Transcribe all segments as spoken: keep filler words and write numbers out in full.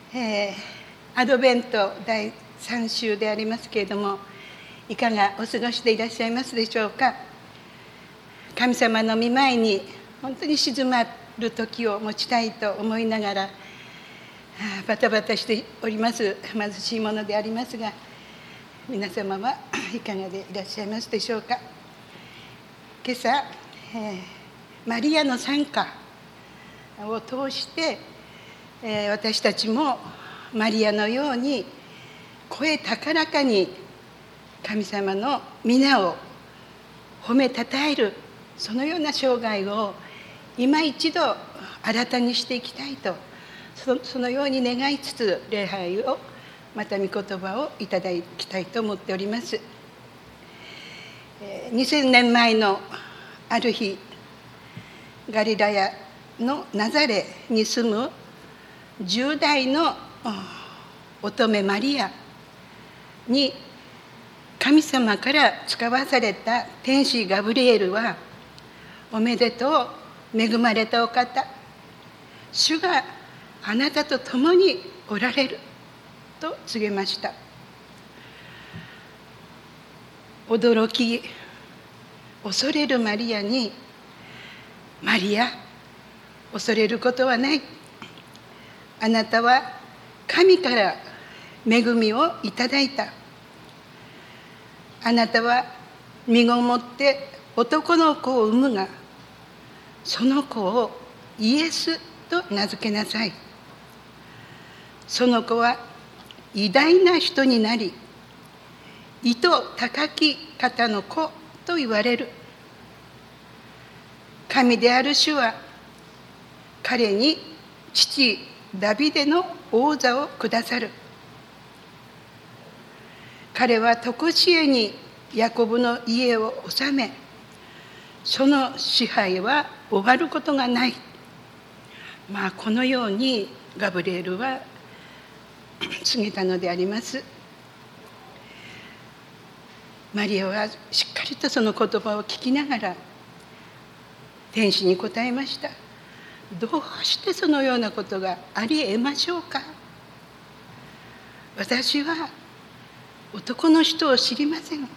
えー、アドベントだいさん週でありますけれども、いかがお過ごしでいらっしゃいますでしょうか。神様の御前に本当に静まる時を持ちたいと思いながら、バタバタしております貧しいものでありますが、皆様はいかがでいらっしゃいますでしょうか。今朝、えー、マリアの賛歌を通して、えー、私たちもマリアのように声高らかに神様の皆を褒めたたえる、そのような生涯を今一度新たにしていきたいと、 そ, そのように願いつつ礼拝をまた御言葉をいただきたいと思っております。にせんねんまえのある日、ガリラヤのナザレに住むじゅう代の乙女マリアに神様から使わされた天使ガブリエルは、おめでとう、恵まれたお方、主があなたと共におられると告げました。驚き恐れるマリアに、マリア、恐れることはない、あなたは神から恵みをいただいた、あなたは身ごもって男の子を産むが、その子をイエスと名付けなさい。その子は偉大な人になり、意図高き方の子と言われる。神である主は彼に父ダビデの王座をくださる。彼は常しえにヤコブの家を治め、その支配は終わることがない。まあこのようにガブリエルは告げたのであります。マリアはしっかりとその言葉を聞きながら天使に答えました。どうしてそのようなことがありえましょうか。私は男の人を知りません。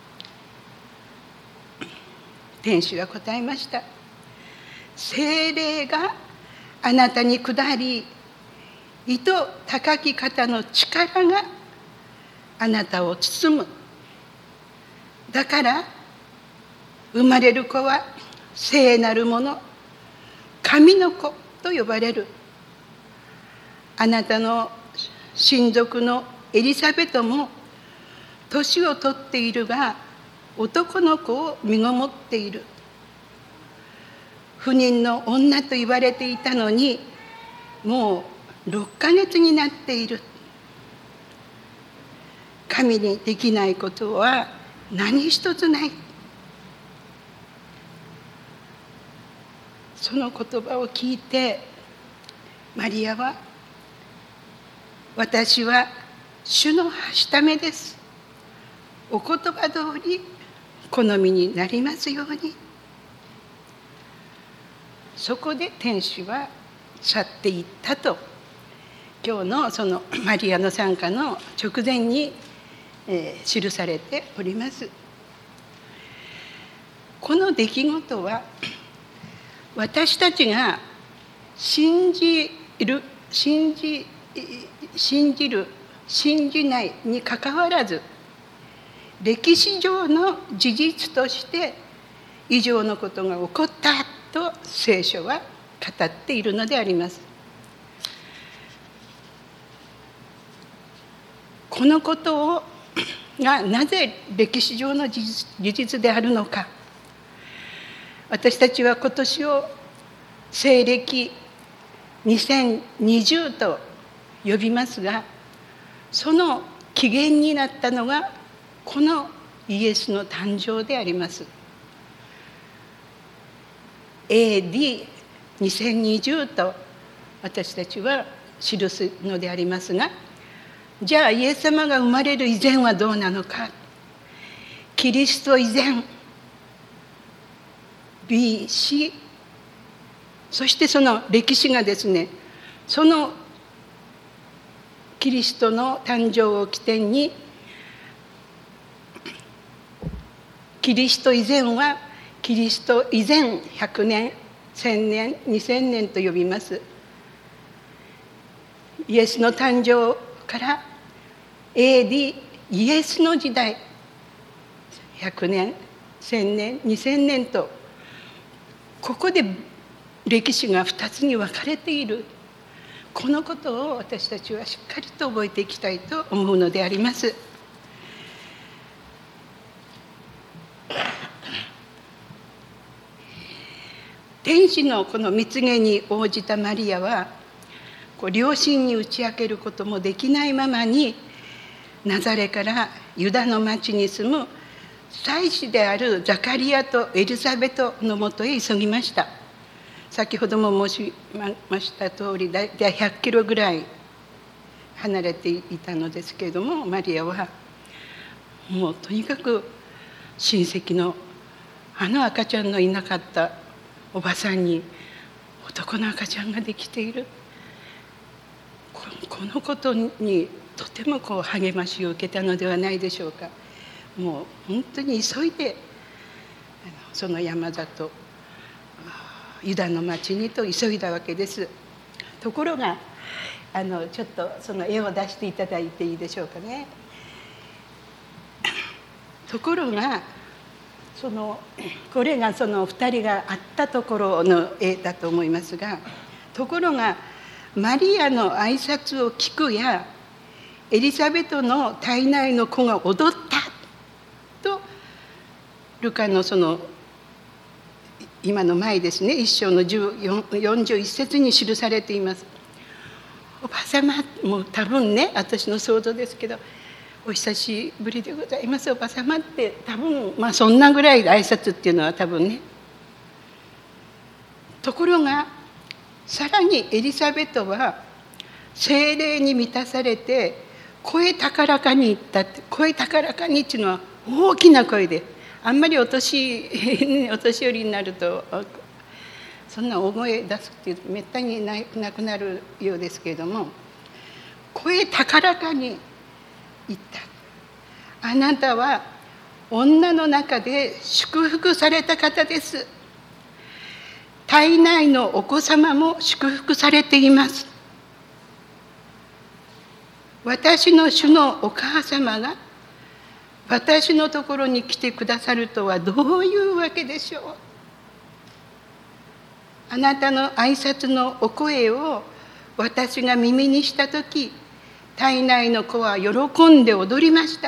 天使が答えました。聖霊があなたに下り、意図高き方の力があなたを包む。だから生まれる子は聖なるもの、神の子と呼ばれる。あなたの親族のエリザベトも年を取っているが、男の子を身ごもっている。不妊の女と言われていたのに、もうろっかげつになっている。神にできないことは何一つない。その言葉を聞いて、マリアは、私は主のはしためです。お言葉通り好みになりますように。そこで天使は去っていったと、今日のそのマリアの賛歌の直前に、えー、記されております。この出来事は私たちが信じる信じ信じる信じないにかかわらず、歴史上の事実として以上のことが起こったと聖書は語っているのであります。このことをがなぜ歴史上の事実、事実であるのか。私たちは今年を西暦にせんにじゅうと呼びますが、その起源になったのがこのイエスの誕生であります。 エーディーにせんにじゅう と私たちは記すのでありますが、じゃあイエス様が生まれる以前はどうなのか。キリスト以前 ビーシー、 そしてその歴史がですね、そのキリストの誕生を起点に、キリスト以前はキリスト以前ひゃくねん、せんねん、にせんねんと呼びます。イエスの誕生から エーディー イエスの時代、ひゃくねん、せんねん、にせんねんと、ここで歴史がふたつに分かれている。このことを私たちはしっかりと覚えていきたいと思うのであります。天使のこの蜜げに応じたマリアは、こう両親に打ち明けることもできないままに、ナザレからユダの町に住む祭司であるザカリアとエリザベトのもとへ急ぎました。先ほども申しました通り、だいたいひゃっキロぐらい離れていたのですけれども、マリアはもうとにかく親戚のあの赤ちゃんのいなかったおばさんに男の赤ちゃんができている、このことにとてもこう励ましを受けたのではないでしょうか。もう本当に急いでその山里ユダの町にと急いだわけです。ところがあのちょっとその絵を出していただいていいでしょうかね。ところがそのこれがそのふたりが会ったところの絵だと思いますが、ところがマリアの挨拶を聞くやエリザベトの体内の子が踊ったとルカのその今の前ですね、一章のよんじゅういっ節に記されています。おばさま、もう多分ね、私の想像ですけど、お久しぶりでございます、おばさまって多分、まあそんなぐらい挨拶っていうのは多分ね。ところがさらにエリザベトは聖霊に満たされて声高らかに言ったって、声高らかにっていうのは大きな声で、あんまりお年お年寄りになるとそんな大声出すっていうめったになくなるようですけれども、声高らかに言った。あなたは女の中で祝福された方です。体内のお子様も祝福されています。私の主のお母様が私のところに来てくださるとはどういうわけでしょう。あなたの挨拶のお声を私が耳にしたとき、体内の子は喜んで踊りました。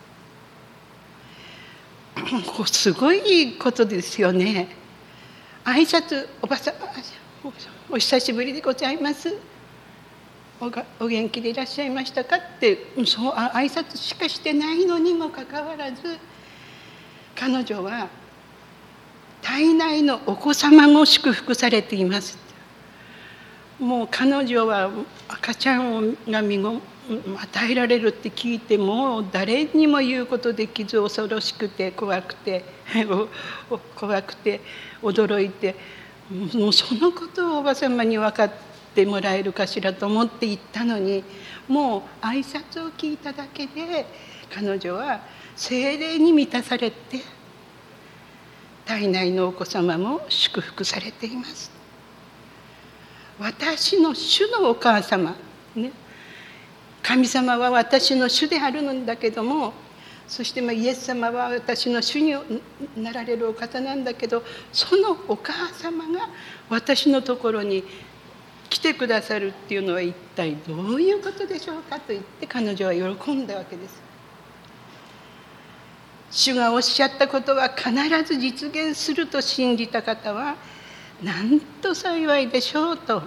すごいことですよね。挨拶、おばさま、お久しぶりでございます。おがお元気でいらっしゃいましたかって、そう挨拶しかしてないのにもかかわらず、彼女は体内のお子様も祝福されています。もう彼女は赤ちゃんが身ご与えられるって聞いても誰にも言うことできず、恐ろしくて怖くて怖くて驚いて、もうそのことをおばさまに分かってもらえるかしらと思って行ったのに、もう挨拶を聞いただけで彼女は聖霊に満たされて、体内のお子様も祝福されています。私の主のお母様、ね、神様は私の主であるのだけども、そしてイエス様は私の主になられるお方なんだけど、そのお母様が私のところに来てくださるっていうのは一体どういうことでしょうかと言って彼女は喜んだわけです。主がおっしゃったことは必ず実現すると信じた方はなんと幸いでしょうと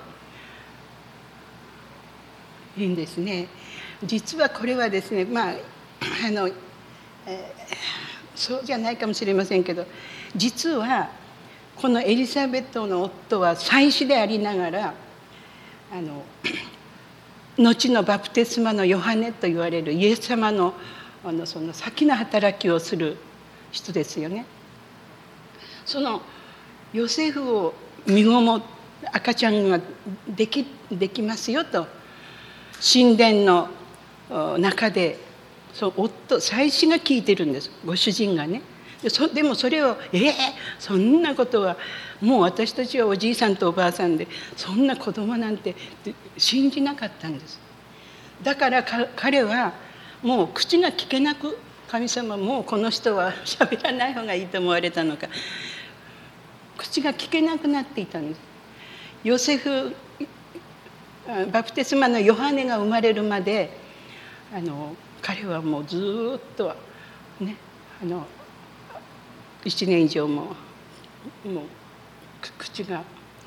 いいんですね。実はこれはですね、まああの、えー、そうじゃないかもしれませんけど、実はこのエリザベトの夫は祭司でありながら、あの後のバプテスマのヨハネと言われるイエス様のあのその先の働きをする人ですよね。そのヨセフを身ごも赤ちゃんができできますよと神殿の中でその夫祭司が聞いてるんです、ご主人がね。で, そでもそれを「えー、そんなことはもう私たちはおじいさんとおばあさんでそんな子供なんて」って信じなかったんです。だから彼はもう口が聞けなく、神様もうこの人は喋らない方がいいと思われたのか、口が聞けなくなっていたんです。ヨセフバプテスマのヨハネが生まれるまであの彼はもうずっとね、あのいちねん以上ももう口が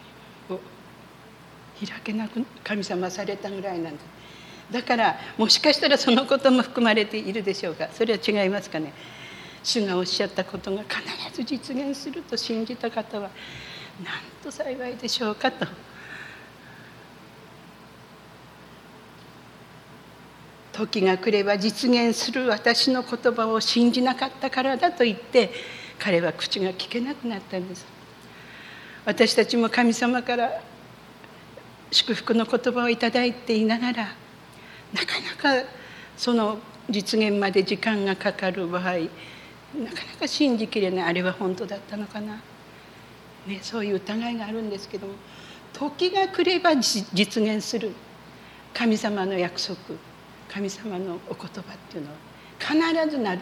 開けなく神様されたぐらいなんです。だからもしかしたらそのことも含まれているでしょうか。それは違いますかね。主がおっしゃったことが必ず実現すると信じた方はなんと幸いでしょうかと。時が来れば実現する私の言葉を信じなかったからだと言って彼は口が聞けなくなったんです。私たちも神様から祝福の言葉をいただいていながらなかなかその実現まで時間がかかる場合、なかなか信じきれない、あれは本当だったのかな、ね、そういう疑いがあるんですけども、時が来れば実現する神様の約束、神様のお言葉っていうのは必ずなる。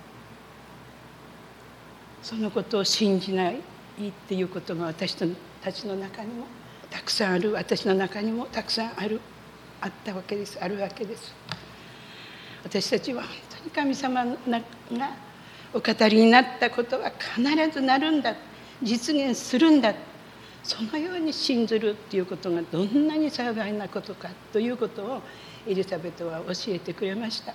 そのことを信じないっていうことが私たちの中にもたくさんある、私の中にもたくさんあるあったわけです、あるわけです。私たちは本当に神様がお語りになったことは必ずなるんだ、実現するんだ、そのように信ずるっていうことがどんなに幸いなことかということをエリザベトは教えてくれました。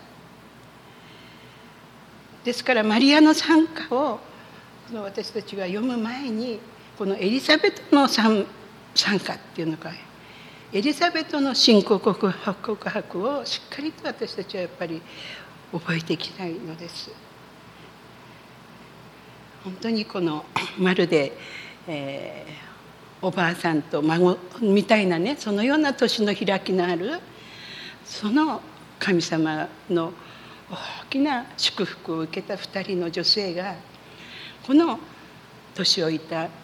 ですからマリアの賛歌をこの私たちが読む前にこのエリザベトの賛歌っていうのか、エリザベトの信仰告白をしっかりと私たちはやっぱり覚えていきたいのです。本当にこのまるで、えー、おばあさんと孫みたいなね、そのような年の開きのあるその神様の大きな祝福を受けた二人の女性がこの年老いた、ね、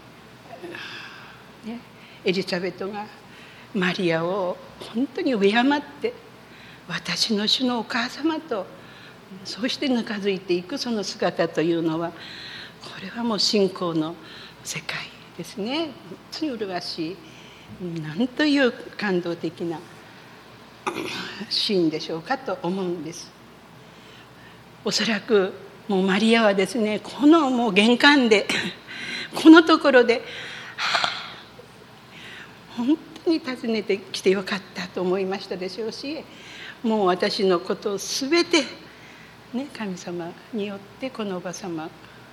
エリザベトがマリアを本当に敬って私の主のお母様とそうしてぬかづいていくその姿というのは、これはもう信仰の世界ですね。本当に麗しい、なんという感動的なシーンでしょうかと思うんです。おそらくもうマリアはですね、このもう玄関でこのところで、はあ、本当に訪ねてきてよかったと思いましたでしょうし、もう私のことを全て、ね、神様によってこのおば様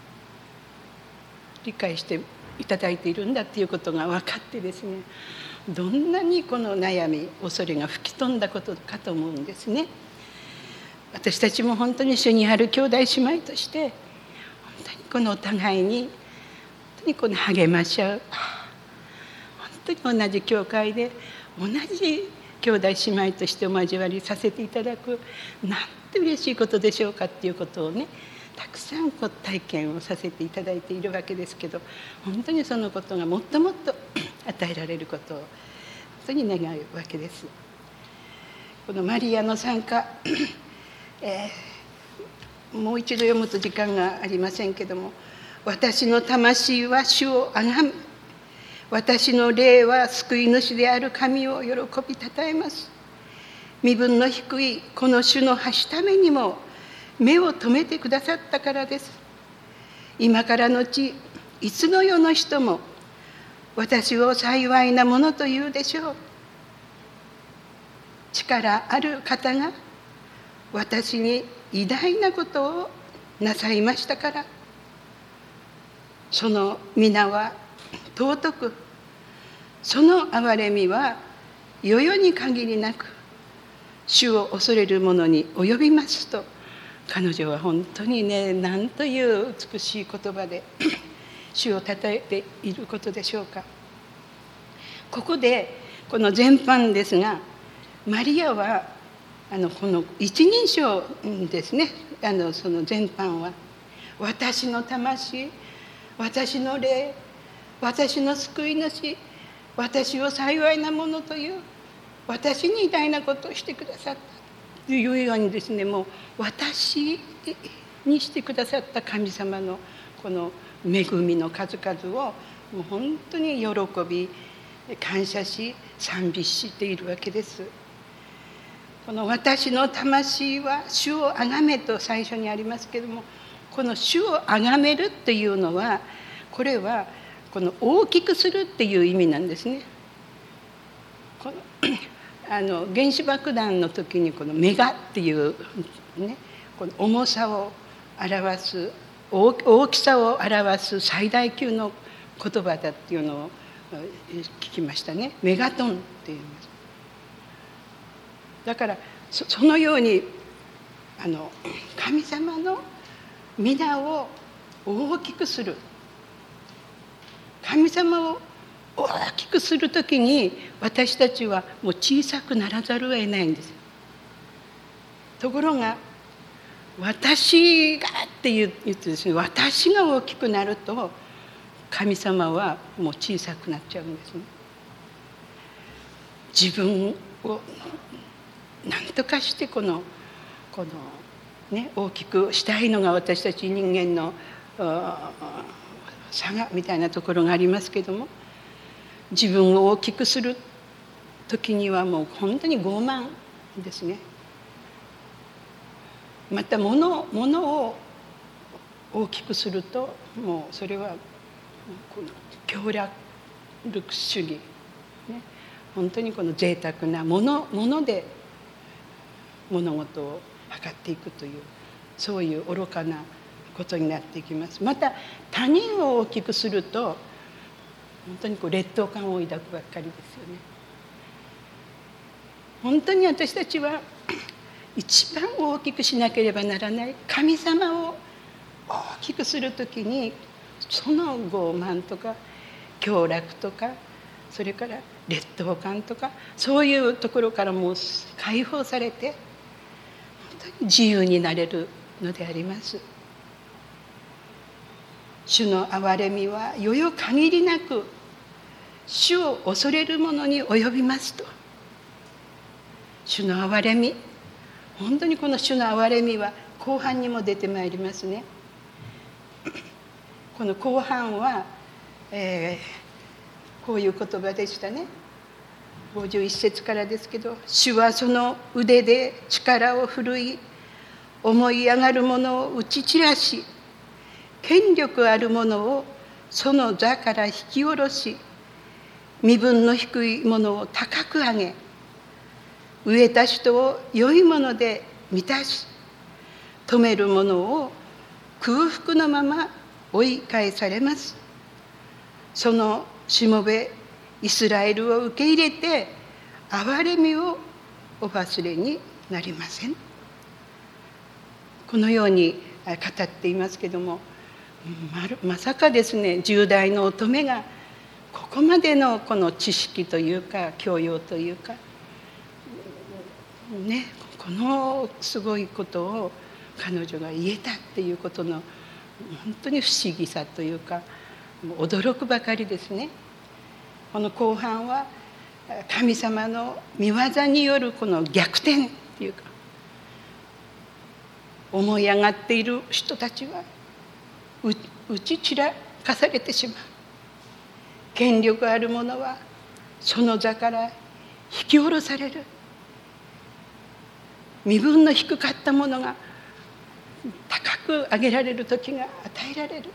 理解していただいているんだということが分かってですね、どんなにこの悩み恐れが吹き飛んだことかと思うんですね。私たちも本当に主にある兄弟姉妹として本当にこのお互いに本当にこの励まし合う、本当に同じ教会で同じ兄弟姉妹としてお交わりさせていただく、なんて嬉しいことでしょうかっていうことをね、たくさんこう体験をさせていただいているわけですけど、本当にそのことがもっともっと与えられることを本当に願うわけです。このマリアの賛歌、えー、もう一度読むと時間がありませんけども、私の魂は主をあがめ、私の霊は救い主である神を喜びたたえます。身分の低いこの主の橋ためにも目を留めてくださったからです。今からのちいつの世の人も私を幸いなものと言うでしょう。力ある方が私に偉大なことをなさいましたから、その皆は尊く、その憐れみは世々に限りなく主を恐れる者に及びますと、彼女は本当にね、なんという美しい言葉で主をたたえていることでしょうか。ここでこの全般ですが、 マリアはあのこの一人称ですね、あのその全般は私の魂、私の霊、私の救い主、私を幸いなものという、私に偉大なことをしてくださったというようにですね、もう私にしてくださった神様のこの恵みの数々をもう本当に喜び感謝し賛美しているわけです。この私の魂は主をあがめと最初にありますけれども、この主をあがめるっていうのは、これはこの大きくするっていう意味なんですね。このあの原子爆弾の時にこのメガっていうね、この重さを表す、大きさを表す最大級の言葉だっていうのを聞きましたね。メガトンって言います。だから そ, そのようにあの神様の皆を大きくする、神様を大きくするときに私たちはもう小さくならざるを得ないんです。ところが私がって言ってですね、私が大きくなると神様はもう小さくなっちゃうんですね。自分を何とかしてこのこのね大きくしたいのが私たち人間の差がみたいなところがありますけども、自分を大きくする時にはもう本当に傲慢ですね。また物物を大きくするともうそれはこの享楽主義、ね、本当にこの贅沢なものもので物事を測っていくという、そういう愚かなことになっていきます。また他人を大きくすると本当にこう劣等感を抱くばっかりですよね。本当に私たちは一番大きくしなければならない神様を大きくするときに、その傲慢とか享楽とか、それから劣等感とか、そういうところからもう解放されて本当に自由になれるのであります。主の憐れみはよよ限りなく主を恐れる者に及びますと。主の憐れみ、本当にこの主の憐れみは後半にも出てまいりますね。この後半は、えー、こういう言葉でしたね。ごじゅういっ節からですけど、主はその腕で力を振るい、思い上がる者を打ち散らし、権力ある者をその座から引き下ろし、身分の低い者を高く上げ、飢えた人を良いもので満たし、富める者を空腹のまま追い返されます。そのしもべイスラエルを受け入れて憐れみをお忘れになりません。このように語っていますけども、まさかですね、じゅう代の乙女がここまでのこの知識というか教養というかね、このすごいことを彼女が言えたっていうことの本当に不思議さというか驚くばかりですね。この後半は神様の御業によるこの逆転っていうか、思い上がっている人たちは打ち散らかされてしまう。権力ある者はその座から引き下ろされる。身分の低かった者が高く上げられる時が与えられる。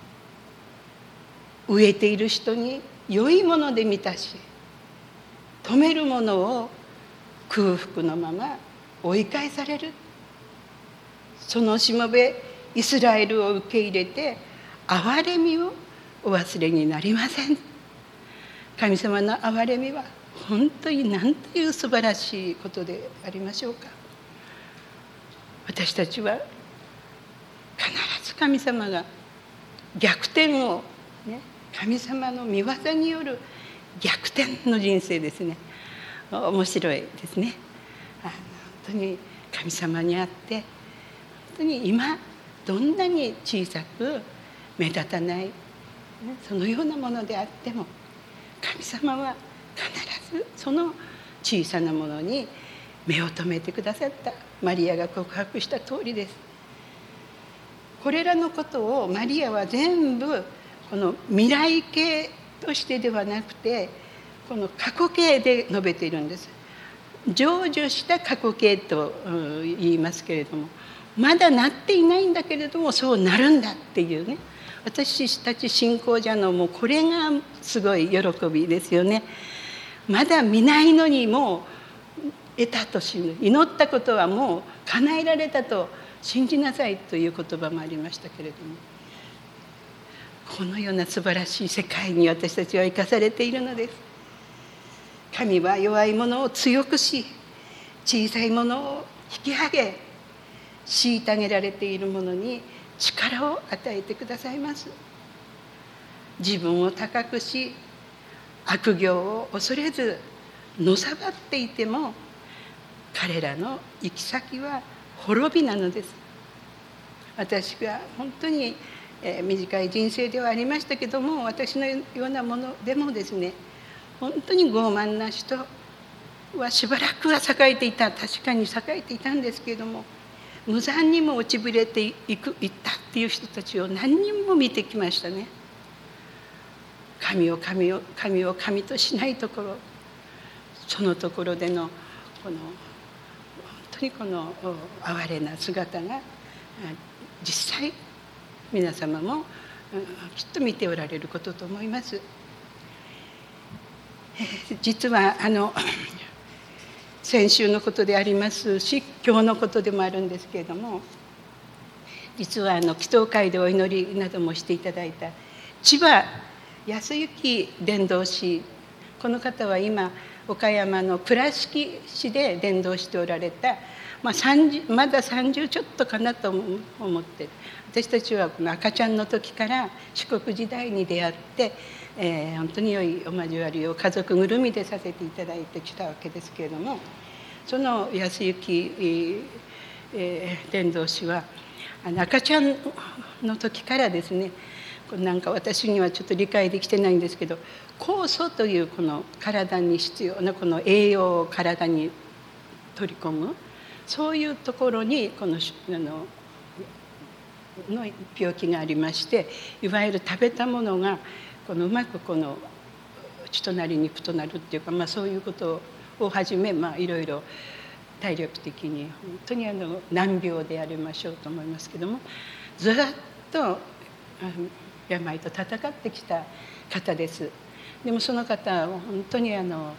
飢えている人に良いもので満たし、富める者を空腹のまま追い返される。そのしもべイスラエルを受け入れて憐れみをお忘れになりません。神様の憐れみは本当に何という素晴らしいことでありましょうか。私たちは必ず神様が逆転を、ね、神様の御業による逆転の人生ですね、 面白いですね。あの本当に神様にあって本当に今どんなに小さく目立たないそのようなものであっても神様は必ずその小さなものに目を留めてくださった。マリアが告白した通りです。これらのことをマリアは全部この未来形としてではなくてこの過去形で述べているんです。成就した過去形と言いますけれども、まだなっていないんだけれどもそうなるんだっていうね、私たち信仰者のもうこれがすごい喜びですよね。まだ見ないのにもう得たと信じる、祈ったことはもう叶えられたと信じなさいという言葉もありましたけれども、このような素晴らしい世界に私たちは生かされているのです。神は弱い者を強くし、小さい者を引き上げ、虐げられている者に力を与えてくださいます。自分を高くし、悪行を恐れずのさばっていても、彼らの行き先は滅びなのです。私が本当に短い人生ではありましたけども、私のようなものでもですね、本当に傲慢な人はしばらくは栄えていた、確かに栄えていたんですけれども、無残にも落ちぶれていくいったっていう人たちを何人も見てきましたね。神を神を神を神としないところ、そのところでのこの本当にこの哀れな姿が実際皆様もきっと見ておられることと思います。実はあの先週のことでありますし、今日のことでもあるんですけれども、実はあの祈祷会でお祈りなどもしていただいた千葉康之伝道師、この方は今岡山の倉敷市で伝道しておられた、まあ、さんじゅうまださんじゅうちょっとかなと思って、私たちはこの赤ちゃんの時から四国時代に出会って、えー、本当に良いお交わりを家族ぐるみでさせていただいてきたわけですけれども、その康之、えー、伝道師はあの赤ちゃんの時からですね、なんか私にはちょっと理解できてないんですけど、酵素というこの体に必要なこの栄養を体に取り込む、そういうところにこのあのの病気がありまして、いわゆる食べたものがこのうまくこの血となり肉となるっていうか、まあ、そういうことをはじめ、まあ、いろいろ体力的に本当にあの難病でありましょうと思いますけども、ずっと病と闘ってきた方です。でもその方は本当にあの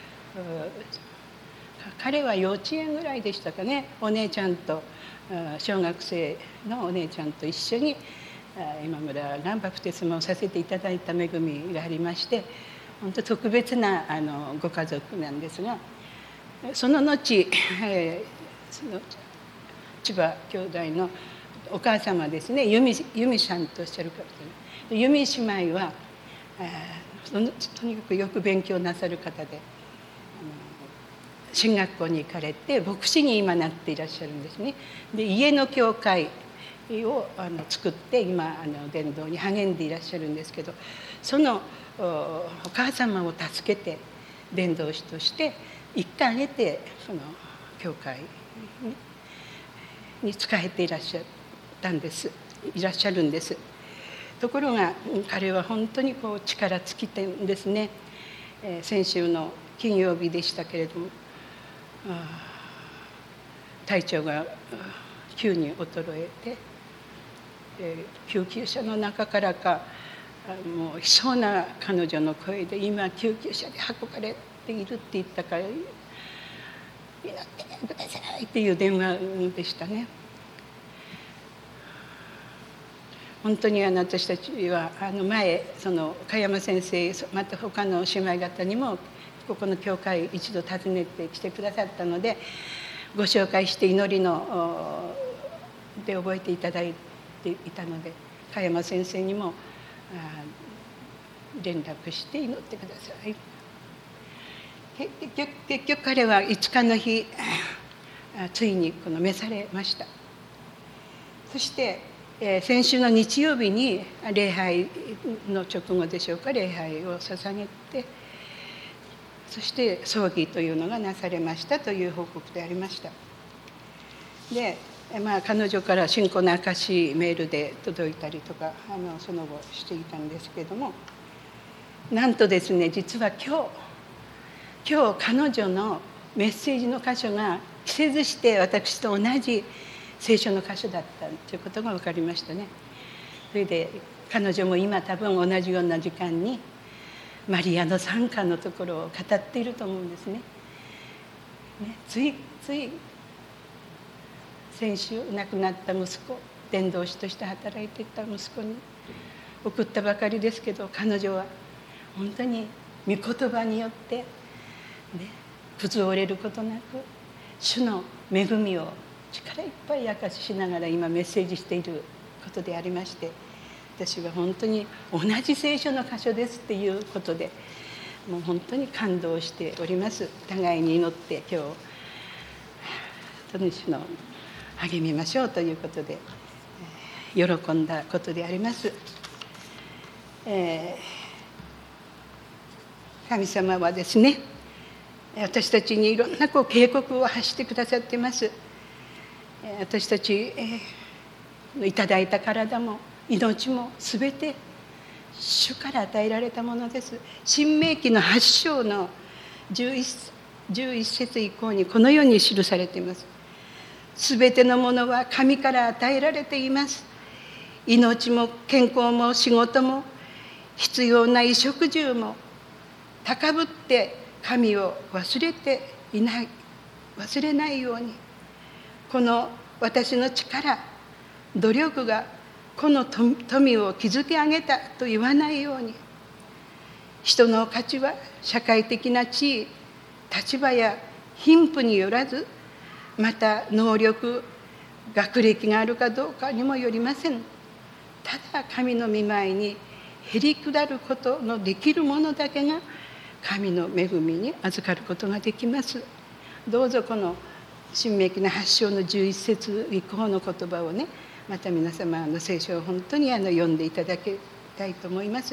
彼は幼稚園ぐらいでしたかね、お姉ちゃんと小学生のお姉ちゃんと一緒に今村がバプテスマをさせていただいた恵みがありまして、本当特別なあのご家族なんですが、その後、えー、その千葉兄弟のお母様ですね、由美由美さんとおっしゃる方で、由美姉妹はとにかくよく勉強なさる方で、進学校に行かれて牧師に今なっていらっしゃるんですね。で家の教会をあの作って今あの伝道に励んでいらっしゃるんですけど、その お, お母様を助けて伝道師として一回経てその教会に仕えていらっしゃったんですいらっしゃるんです。ところが彼は本当にこう力尽きてんですね、えー、先週の金曜日でしたけれども、体調が急に衰えて、えー、救急車の中からかもう悲壮な彼女の声で、今救急車で運ばれているって言ったから、祈ってくださいっていう電話でしたね。本当にあの私たちはあの前その加山先生、また他の姉妹方にもここの教会一度訪ねてきてくださったので、ご紹介して祈りので覚えていただいていたので、加山先生にも連絡して祈ってください。 結局結局彼はいつかの日ついにこの召されました。そして、えー、先週の日曜日に礼拝の直後でしょうか、礼拝を捧げて、そして葬儀というのがなされましたという報告でありました。で、まあ、彼女から信仰の証メールで届いたりとかあのその後していたんですけれども、なんとですね、実は今日今日彼女のメッセージの箇所が期せずして私と同じ聖書の箇所だったということが分かりましたね。それで彼女も今多分同じような時間にマリアの賛歌のところを語っていると思うんですね。ね、ついつい先週亡くなった息子、伝道師として働いていた息子に送ったばかりですけど、彼女は本当に御言葉によって、ね、崩れることなく主の恵みを力いっぱい明かししながら今メッセージしていることでありまして、私は本当に同じ聖書の箇所ですっていうことでもう本当に感動しております。互いに祈って今日主の励みましょうということで喜んだことであります。えー、神様はですね、私たちにいろんなこう警告を発してくださっています。私たち、えー、いただいた体も命もすべて主から与えられたものです。申命記のはち章のじゅういち節以降にこのように記されています。すべてのものは神から与えられています。命も健康も仕事も必要な衣食住も高ぶって神を忘れていない、忘れないように、この私の力、努力がこの富を築き上げたと言わないように、人の価値は社会的な地位、立場や貧富によらず、また能力、学歴があるかどうかにもよりません。ただ神の御前にへり下ることのできるものだけが神の恵みに預かることができます。どうぞこの申命記のはち章のじゅういち節以降の言葉をね、また皆様の聖書を本当にあの読んでいただきたいと思います。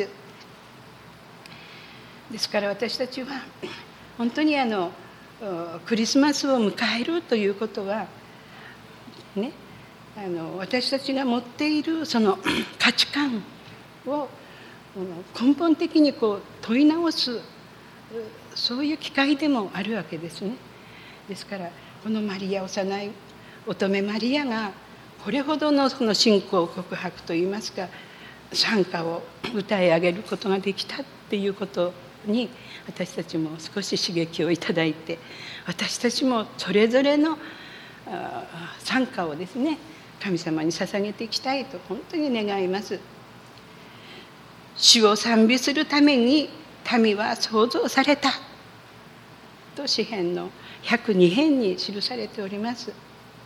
ですから私たちは本当にあのクリスマスを迎えるということはね、あの私たちが持っているその価値観を根本的にこう問い直す、そういう機会でもあるわけですね。ですからこのマリア、幼い乙女マリアがこれほどのその信仰告白といいますか賛歌を歌い上げることができたっていうことに私たちも少し刺激をいただいて、私たちもそれぞれの賛歌をですね神様に捧げていきたいと本当に願います。主を賛美するために民は創造されたと詩編のひゃくに編に記されております。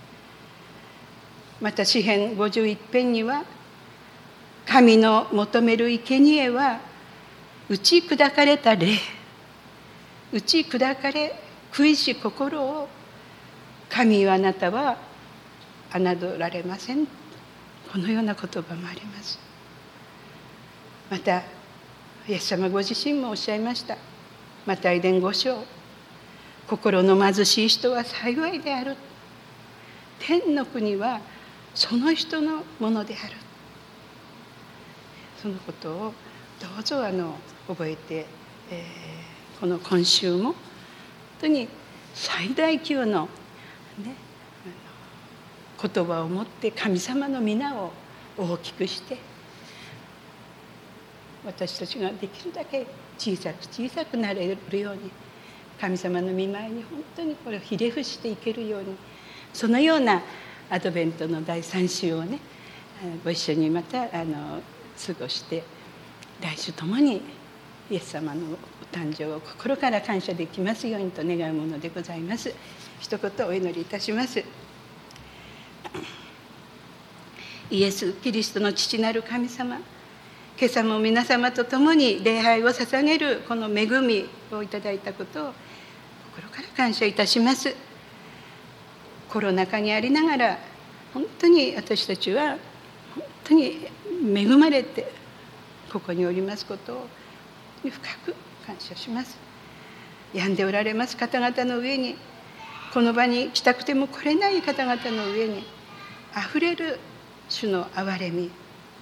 また詩編ごじゅういち編には、神の求める生贄は打ち砕かれた霊、打ち砕かれ食いし心を神はあなたは侮られません、このような言葉もあります。またイエス様ご自身もおっしゃいました。マタイ伝ご章、心の貧しい人は幸いである、天の国はその人のものである。そのことをどうぞあの覚えて、えー、この今週も本当に最大級の、ね、言葉を持って神様の皆を大きくして、私たちができるだけ小さく小さくなれるように、神様の御前に本当にこれをひれ伏していけるように、そのようなアドベントのだいさん週をねご一緒にまたあの過ごして、来週ともにイエス様のお誕生を心から感謝できますようにと願うものでございます。一言お祈りいたします。イエス・キリストの父なる神様、今朝も皆様と共に礼拝を捧げるこの恵みをいただいたことを心から感謝いたします。コロナ禍にありながら本当に私たちは本当に恵まれてここにおりますことを深く感謝します。病んでおられます方々の上に、この場に来たくても来れない方々の上にあふれる主の憐れみ、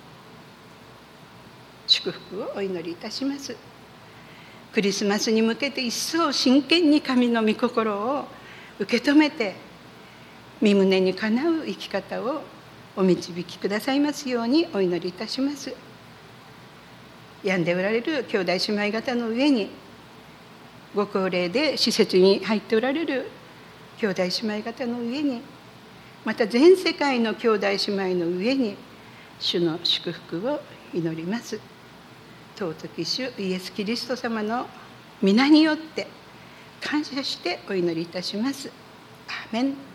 祝福をお祈りいたします。クリスマスに向けて一層真剣に神の御心を受け止めて、御胸にかなう生き方をお導きくださいますようにお祈りいたします。病んでおられる兄弟姉妹方の上に、ご高齢で施設に入っておられる兄弟姉妹方の上に、また全世界の兄弟姉妹の上に主の祝福を祈ります。尊き主イエス・キリスト様の皆によって感謝してお祈りいたします。アーメン。